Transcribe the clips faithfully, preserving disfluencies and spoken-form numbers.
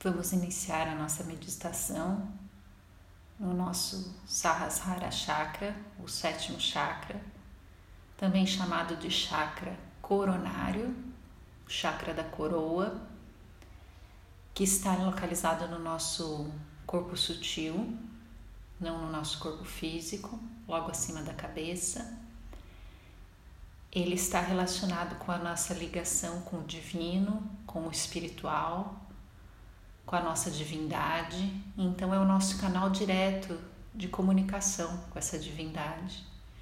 Vamos iniciar a nossa meditação no nosso Sahasrara Chakra, o sétimo chakra, também chamado de chakra coronário, chakra da coroa, que está localizado no nosso corpo sutil, não no nosso corpo físico, logo acima da cabeça. Ele está relacionado com a nossa ligação com o divino, com o espiritual, com a nossa divindade. Então é o nosso canal direto de comunicação com essa divindade.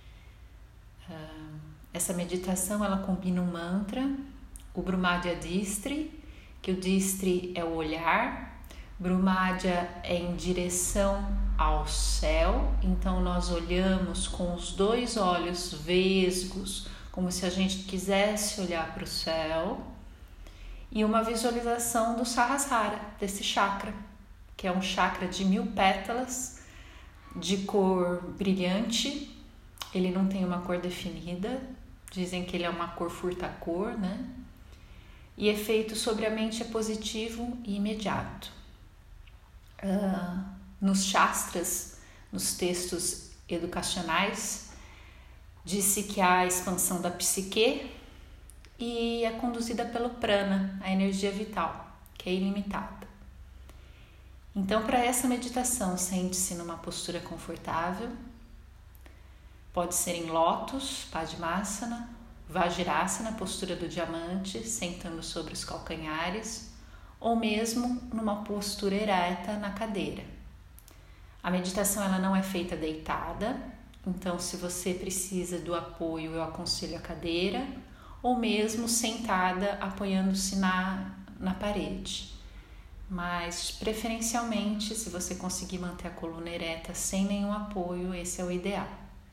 Essa meditação ela combina um mantra, o Brumadhya Distri, que o Distri é o olhar, Brumadhya é em direção ao céu, então nós olhamos com os dois olhos vesgos, como se a gente quisesse olhar para o céu, e uma visualização do Sahasrara, desse chakra, que é um chakra de mil pétalas, de cor brilhante. Ele não tem uma cor definida, dizem que ele é uma cor furta-cor, né? E efeito sobre a mente é positivo e imediato. Uh, nos Shastras, nos textos educacionais, disse que há a expansão da psique e é conduzida pelo prana, a energia vital, que é ilimitada. Então, para essa meditação, sente-se numa postura confortável. Pode ser em lótus, Padmasana, Vajrasana, postura do diamante, sentando sobre os calcanhares, ou mesmo numa postura ereta na cadeira. A meditação ela não é feita deitada, então se você precisa do apoio, eu aconselho a cadeira, ou mesmo sentada, apoiando-se na, na parede. Mas, preferencialmente, se você conseguir manter a coluna ereta sem nenhum apoio, esse é o ideal.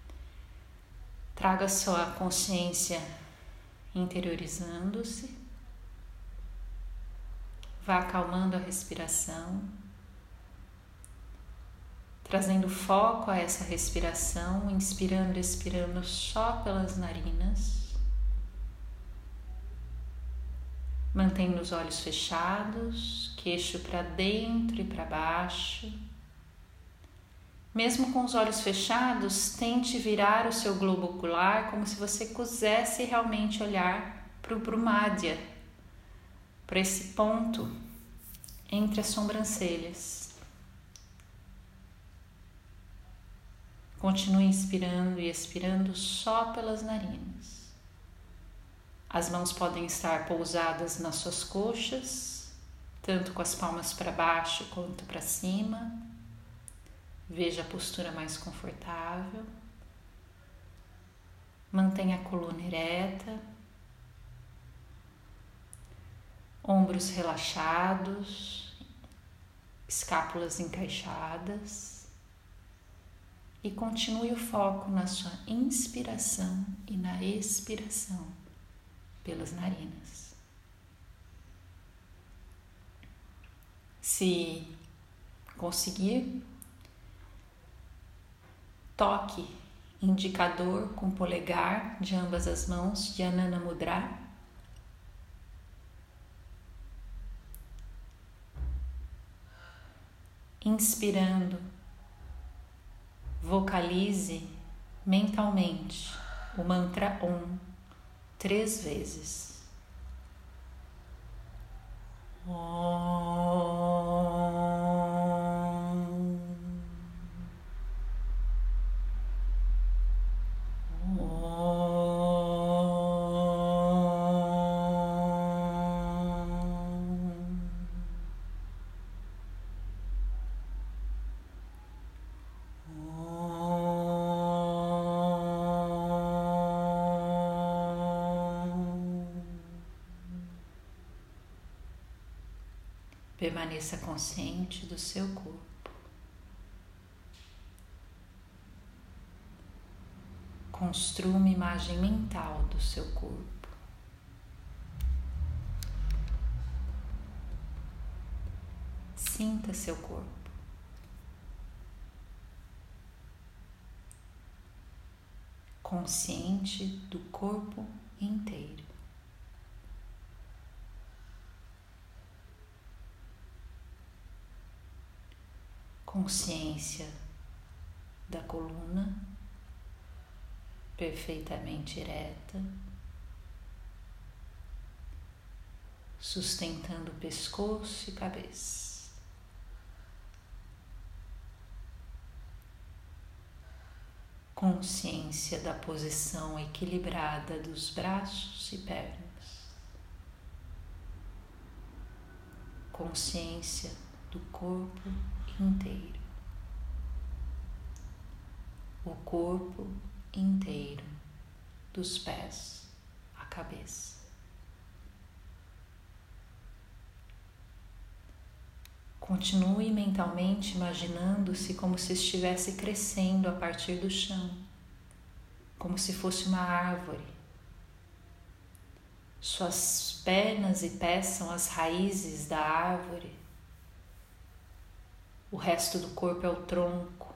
Traga sua consciência interiorizando-se. Vá acalmando a respiração, trazendo foco a essa respiração, inspirando e expirando só pelas narinas. Mantendo os olhos fechados, queixo para dentro e para baixo. Mesmo com os olhos fechados, tente virar o seu globo ocular como se você quisesse realmente olhar para o Brumadhya, para esse ponto entre as sobrancelhas. Continue inspirando e expirando só pelas narinas. As mãos podem estar pousadas nas suas coxas, tanto com as palmas para baixo quanto para cima. Veja a postura mais confortável. Mantenha a coluna ereta. Ombros relaxados, escápulas encaixadas. E continue o foco na sua inspiração e na expiração pelas narinas. Se conseguir, toque indicador com polegar de ambas as mãos, Dhyana Mudra. Inspirando, vocalize mentalmente o mantra Om três vezes. Om. Permaneça consciente do seu corpo. Construa uma imagem mental do seu corpo. Sinta seu corpo. Consciente do corpo inteiro. consciência da coluna perfeitamente ereta, sustentando o pescoço e cabeça. Consciência da posição equilibrada dos braços e pernas. Consciência do corpo inteiro. O corpo inteiro, dos pés à cabeça. Continue mentalmente imaginando-se como se estivesse crescendo a partir do chão, como se fosse uma árvore. Suas pernas e pés são as raízes da árvore. O resto do corpo é o tronco.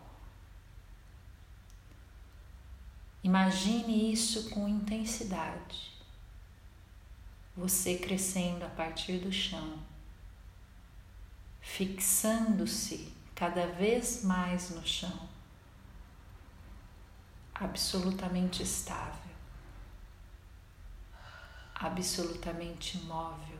Imagine isso com intensidade. Você crescendo a partir do chão, fixando-se cada vez mais no chão, absolutamente estável, absolutamente imóvel,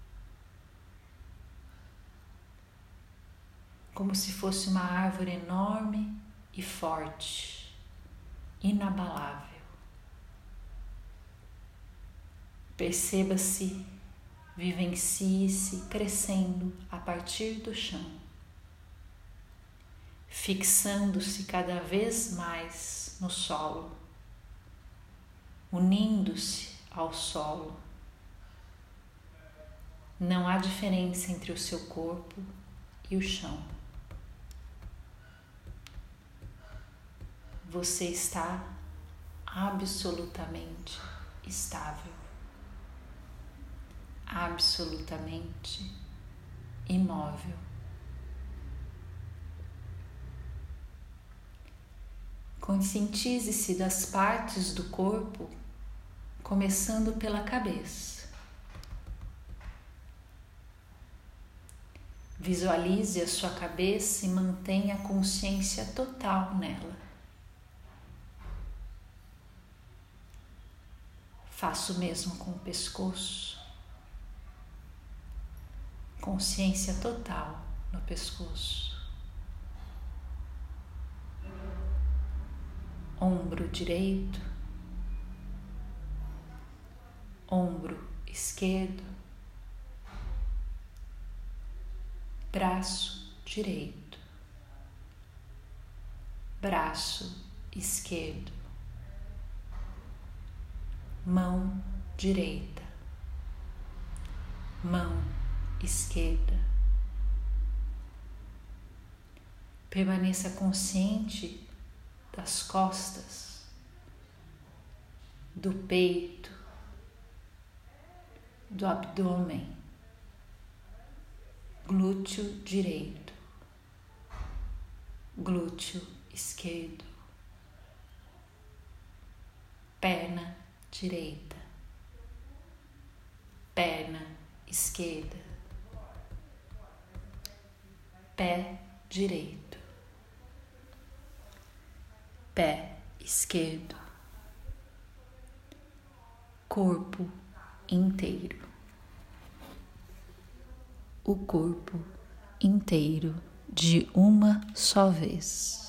como se fosse uma árvore enorme e forte, inabalável. Perceba-se, vivencie-se crescendo a partir do chão, fixando-se cada vez mais no solo, unindo-se ao solo. Não há diferença entre o seu corpo e o chão. Você está absolutamente estável, absolutamente imóvel. Conscientize-se das partes do corpo, começando pela cabeça. Visualize a sua cabeça e mantenha a consciência total nela. Faça o mesmo com o pescoço. Consciência total no pescoço. Ombro direito, ombro esquerdo, braço direito, braço esquerdo, mão direita, mão esquerda. Permaneça consciente das costas, do peito, do abdômen, glúteo direito, glúteo esquerdo, perna direita, perna esquerda, pé direito, pé esquerdo, corpo inteiro, o corpo inteiro de uma só vez.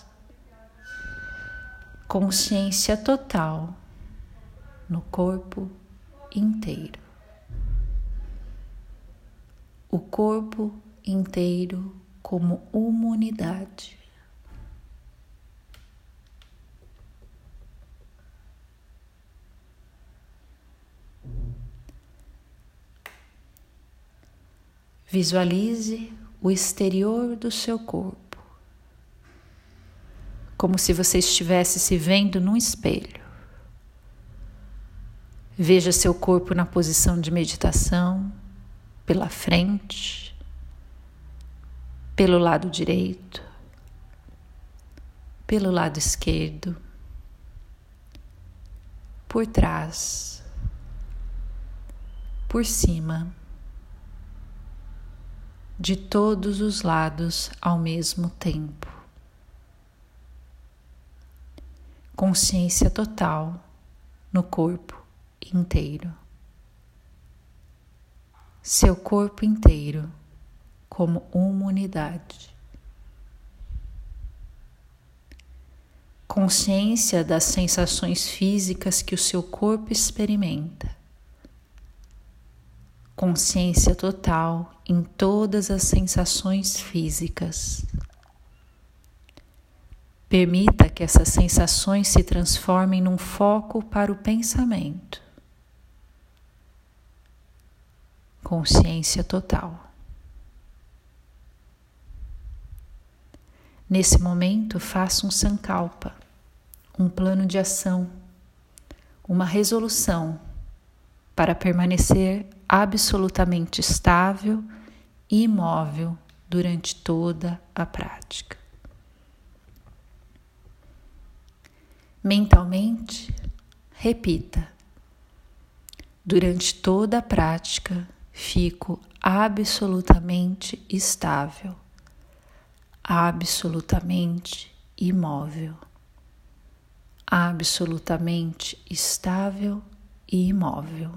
Consciência total no corpo inteiro. O corpo inteiro como uma unidade. Visualize o exterior do seu corpo, como se você estivesse se vendo num espelho. Veja seu corpo na posição de meditação, pela frente, pelo lado direito, pelo lado esquerdo, por trás, por cima, de todos os lados ao mesmo tempo. Consciência total no corpo inteiro. Seu corpo inteiro como uma unidade. Consciência das sensações físicas que o seu corpo experimenta. Consciência total em todas as sensações físicas. Permita que essas sensações se transformem num foco para o pensamento. Consciência total. Nesse momento, faça um sankalpa, um plano de ação, uma resolução para permanecer absolutamente estável e imóvel durante toda a prática. Mentalmente, repita: durante toda a prática, fico absolutamente estável, absolutamente imóvel, absolutamente estável e imóvel.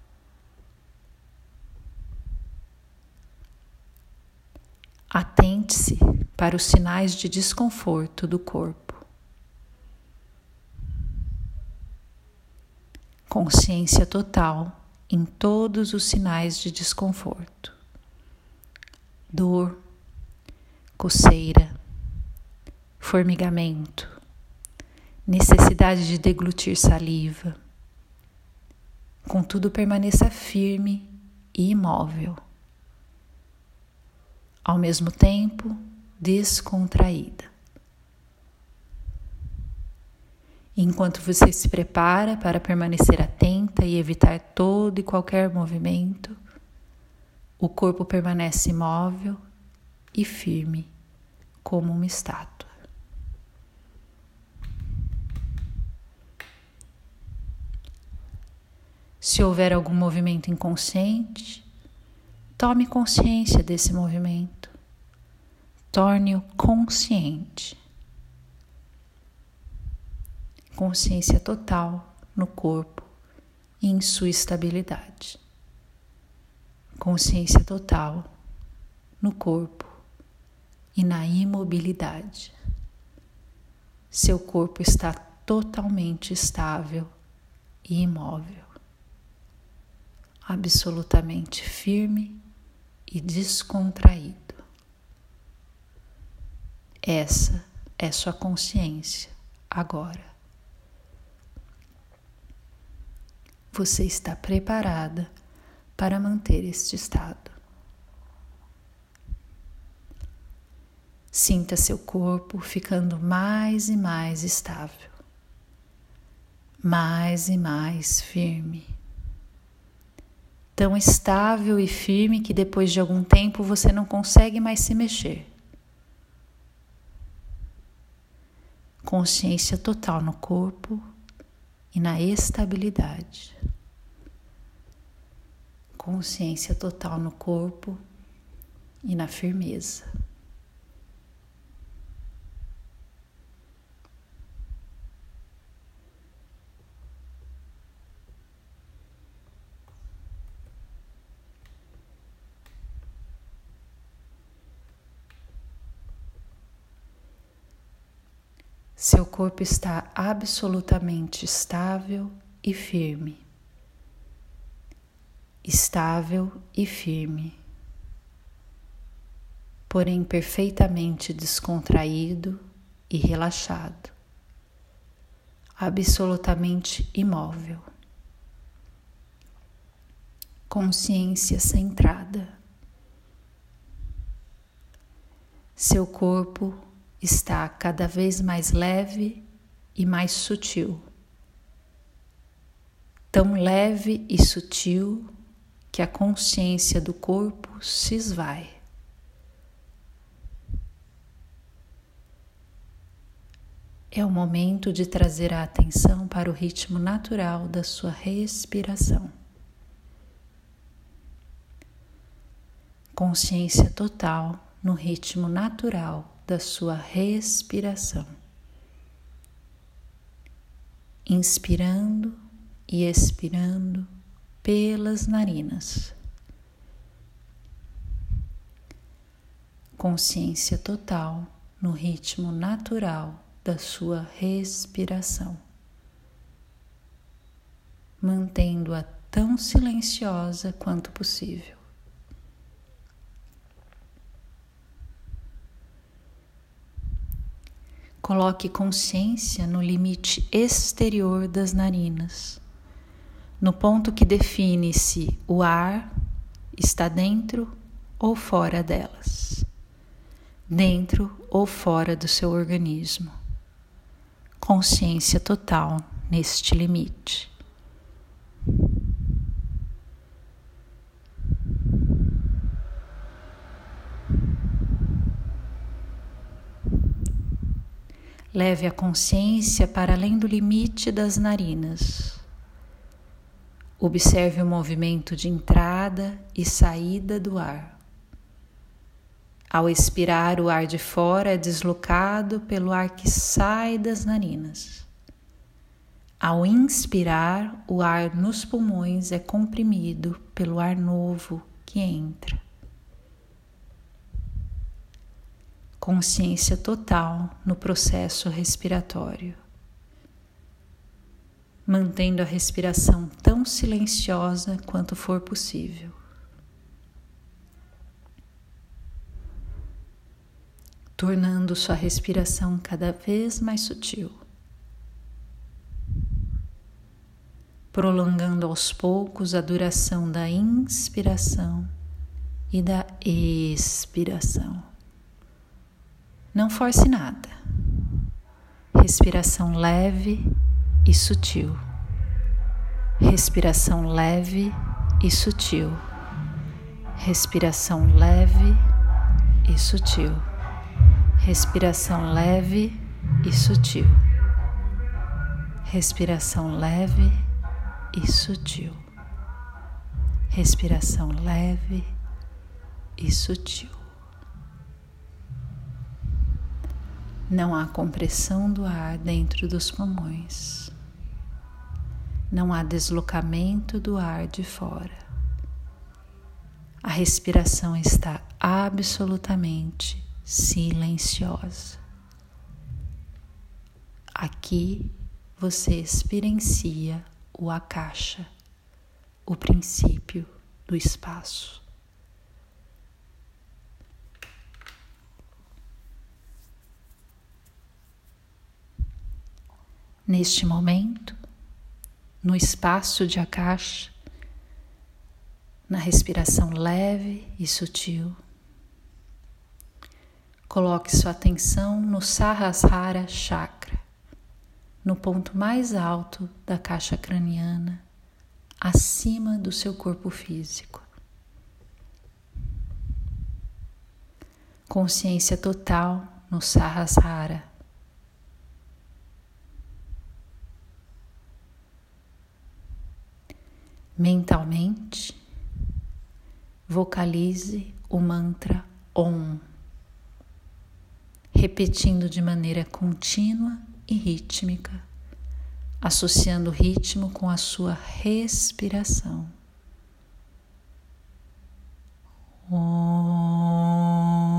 Atente-se para os sinais de desconforto do corpo. Consciência total em todos os sinais de desconforto. Dor, coceira, formigamento, necessidade de deglutir saliva. Contudo, permaneça firme e imóvel. Ao mesmo tempo, descontraída. Enquanto você se prepara para permanecer atenta e evitar todo e qualquer movimento, o corpo permanece imóvel e firme, como uma estátua. Se houver algum movimento inconsciente, tome consciência desse movimento. Torne-o consciente. Consciência total no corpo e em sua estabilidade. Consciência total no corpo e na imobilidade. Seu corpo está totalmente estável e imóvel, absolutamente firme e descontraído. Essa é sua consciência agora. Você está preparada para manter este estado. Sinta seu corpo ficando mais e mais estável, mais e mais firme. Tão estável e firme que depois de algum tempo você não consegue mais se mexer. Consciência total no corpo e na estabilidade. Consciência total no corpo e na firmeza. Seu corpo está absolutamente estável e firme. Estável e firme, porém perfeitamente descontraído e relaxado, absolutamente imóvel. Consciência centrada. Seu corpo está cada vez mais leve e mais sutil. Tão leve e sutil que a consciência do corpo se esvai. É o momento de trazer a atenção para o ritmo natural da sua respiração. Consciência total no ritmo natural da sua respiração. Inspirando e expirando pelas narinas. Consciência total no ritmo natural da sua respiração, mantendo-a tão silenciosa quanto possível. Coloque consciência no limite exterior das narinas, no ponto que define se o ar está dentro ou fora delas, dentro ou fora do seu organismo. Consciência total neste limite. Leve a consciência para além do limite das narinas. Observe o movimento de entrada e saída do ar. Ao expirar, o ar de fora é deslocado pelo ar que sai das narinas. Ao inspirar, o ar nos pulmões é comprimido pelo ar novo que entra. Consciência total no processo respiratório, mantendo a respiração tão silenciosa quanto for possível. Tornando sua respiração cada vez mais sutil, prolongando aos poucos a duração da inspiração e da expiração. Não force nada. Respiração leve e sutil. Respiração leve e sutil. Respiração leve e sutil. Respiração leve e sutil. Respiração leve e sutil. Respiração leve e sutil. Não há compressão do ar dentro dos pulmões. Não há deslocamento do ar de fora. A respiração está absolutamente silenciosa. Aqui você experiencia o Akasha, o princípio do espaço. Neste momento, no espaço de Akasha, na respiração leve e sutil, coloque sua atenção no Sahasrara Chakra, no ponto mais alto da caixa craniana, acima do seu corpo físico. Consciência total no Sahasrara. Mentalmente, vocalize o mantra Om, repetindo de maneira contínua e rítmica, associando o ritmo com a sua respiração. Om.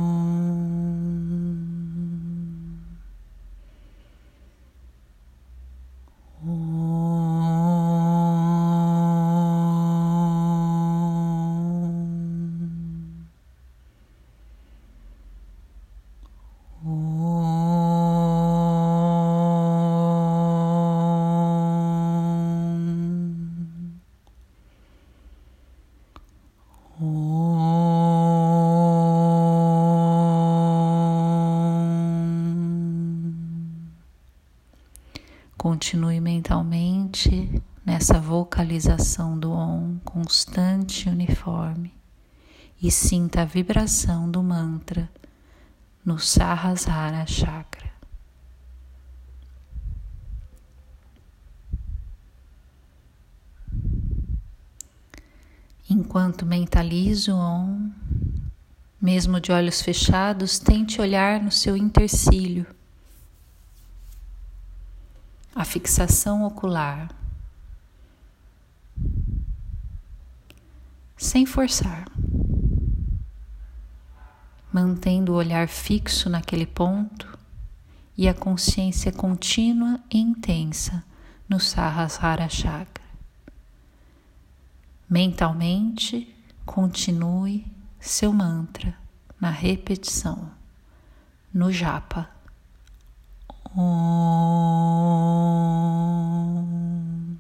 Continue mentalmente nessa vocalização do Om constante e uniforme e sinta a vibração do mantra no Sahasrara Chakra. Enquanto mentalizo o Om, mesmo de olhos fechados, tente olhar no seu intercílio, a fixação ocular, sem forçar, mantendo o olhar fixo naquele ponto e a consciência contínua e intensa no Sahasrara Chakra. Mentalmente, continue seu mantra na repetição, no japa. Om.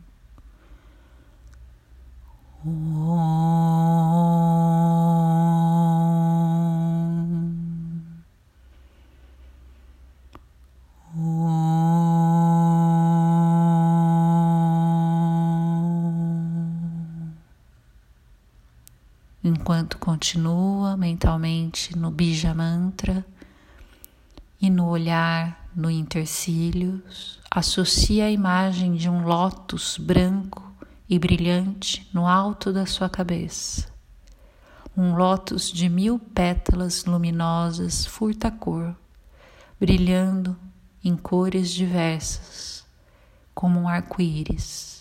Enquanto continua mentalmente no Bija Mantra e no olhar no intercílios, associa a imagem de um lótus branco e brilhante no alto da sua cabeça. Um lótus de mil pétalas luminosas furta-cor, brilhando em cores diversas, como um arco-íris.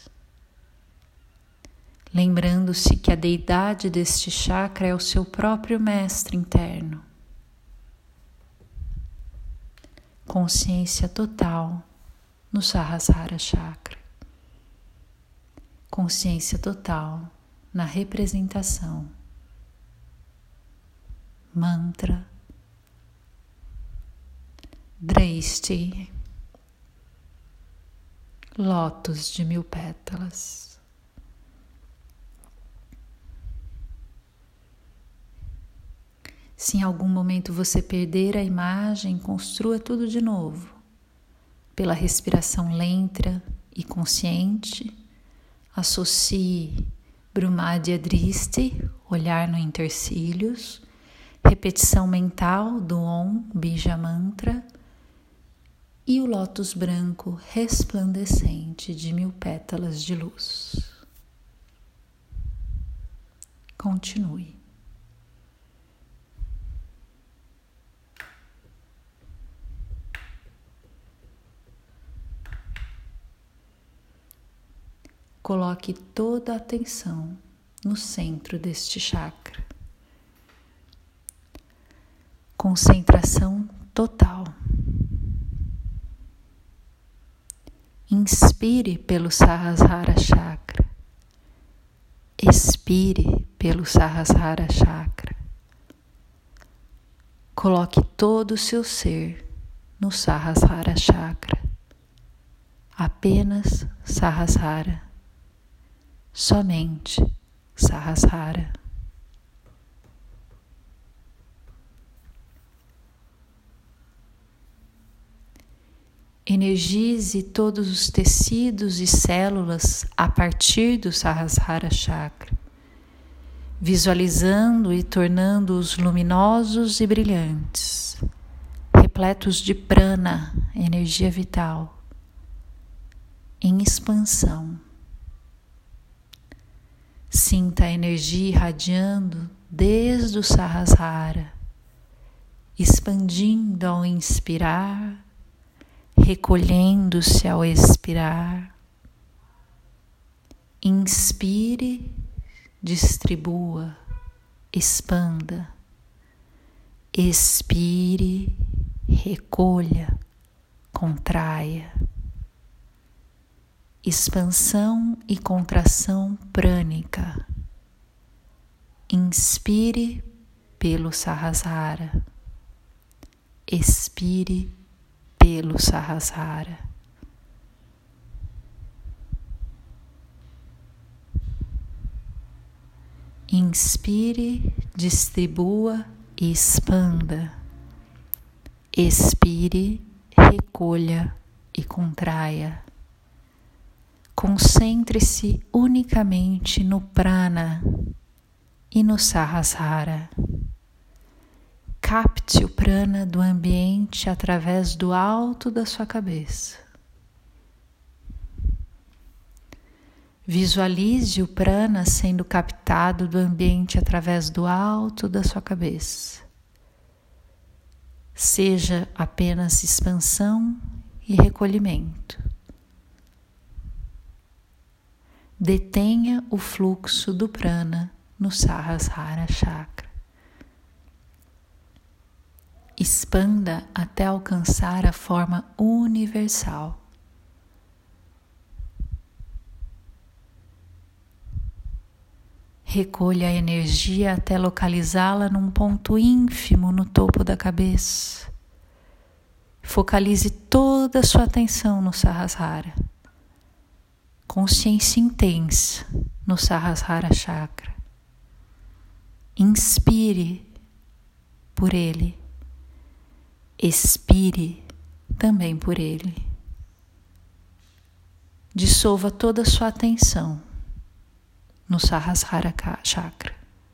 Lembrando-se que a deidade deste chakra é o seu próprio mestre interno. Consciência total no Sahasrara Chakra. Consciência total na representação. Mantra Drishti, lótus de mil pétalas. Se em algum momento você perder a imagem, construa tudo de novo, pela respiração lenta e consciente. Associe Brumadhya Drishti, olhar no intercílios, repetição mental do Om Bija Mantra e o lótus branco resplandecente de mil pétalas de luz. Continue. Coloque toda a atenção no centro deste chakra. Concentração total. Inspire pelo Sahasrara Chakra. Expire pelo Sahasrara Chakra. Coloque todo o seu ser no Sahasrara Chakra. Apenas Sahasrara. Somente Sahasrara. Energize todos os tecidos e células a partir do Sahasrara Chakra, visualizando e tornando-os luminosos e brilhantes, repletos de prana, energia vital, em expansão. Sinta a energia irradiando desde o Sahasrara, expandindo ao inspirar, recolhendo-se ao expirar. Inspire, distribua, expanda. Expire, recolha, contraia. Expansão e contração prânica. Inspire pelo Sahasrara. Expire pelo Sahasrara. Inspire, distribua e expanda. Expire, recolha e contraia. Concentre-se unicamente no prana e no Sahasrara. Capte o prana do ambiente através do alto da sua cabeça. Visualize o prana sendo captado do ambiente através do alto da sua cabeça. Seja apenas expansão e recolhimento. Detenha o fluxo do prana no Sahasrara Chakra. Expanda até alcançar a forma universal. Recolha a energia até localizá-la num ponto ínfimo no topo da cabeça. Focalize toda a sua atenção no Sahasrara. Consciência intensa no Sahasrara Chakra. Inspire por ele. Expire também por ele. Dissolva toda a sua atenção no Sahasrara Chakra.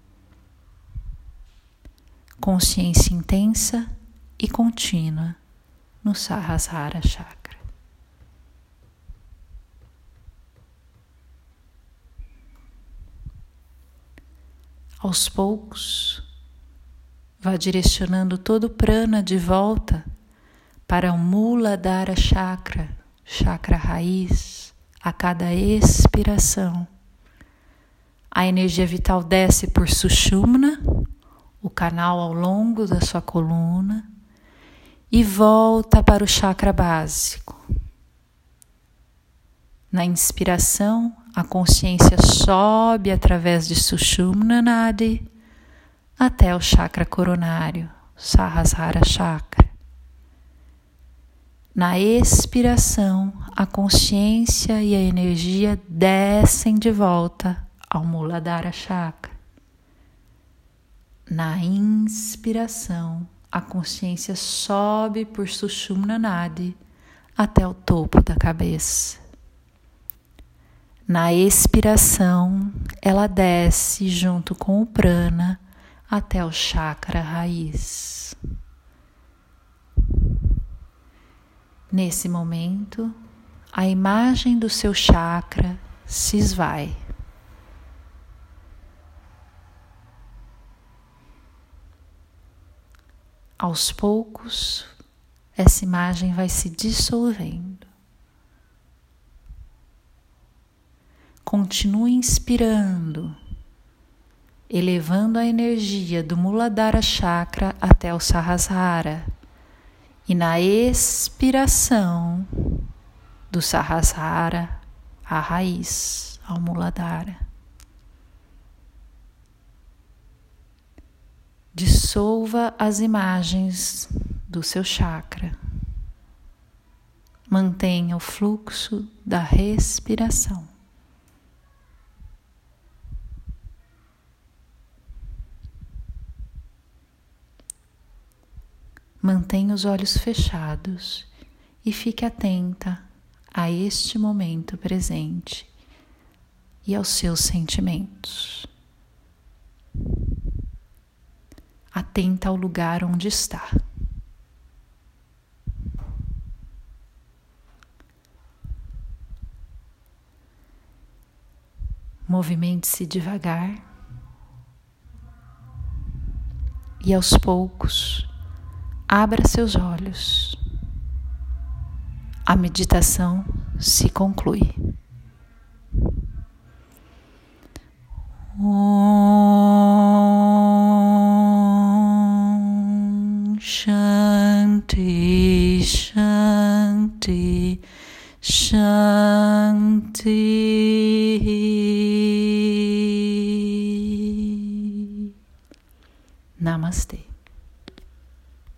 Consciência intensa e contínua no Sahasrara Chakra. Aos poucos, vá direcionando todo o prana de volta para o Muladhara Chakra, chakra raiz, a cada expiração. A energia vital desce por Sushumna, o canal ao longo da sua coluna, e volta para o chakra básico. Na inspiração, a consciência sobe através de Sushumna Nadi até o chakra coronário, Sahasrara Chakra. Na expiração, a consciência e a energia descem de volta ao Muladhara Chakra. Na inspiração, a consciência sobe por Sushumna Nadi até o topo da cabeça. Na expiração, ela desce junto com o prana até o chakra raiz. Nesse momento, a imagem do seu chakra se esvai. Aos poucos, essa imagem vai se dissolvendo. Continue inspirando, elevando a energia do Muladhara Chakra até o Sahasrara. E na expiração do Sahasrara, a raiz, ao Muladhara. Dissolva as imagens do seu chakra. Mantenha o fluxo da respiração. Mantenha os olhos fechados e fique atenta a este momento presente e aos seus sentimentos. Atenta ao lugar onde está. Movimente-se devagar e aos poucos abra seus olhos. A meditação se conclui. Om Shanti Shanti Shanti. Namastê.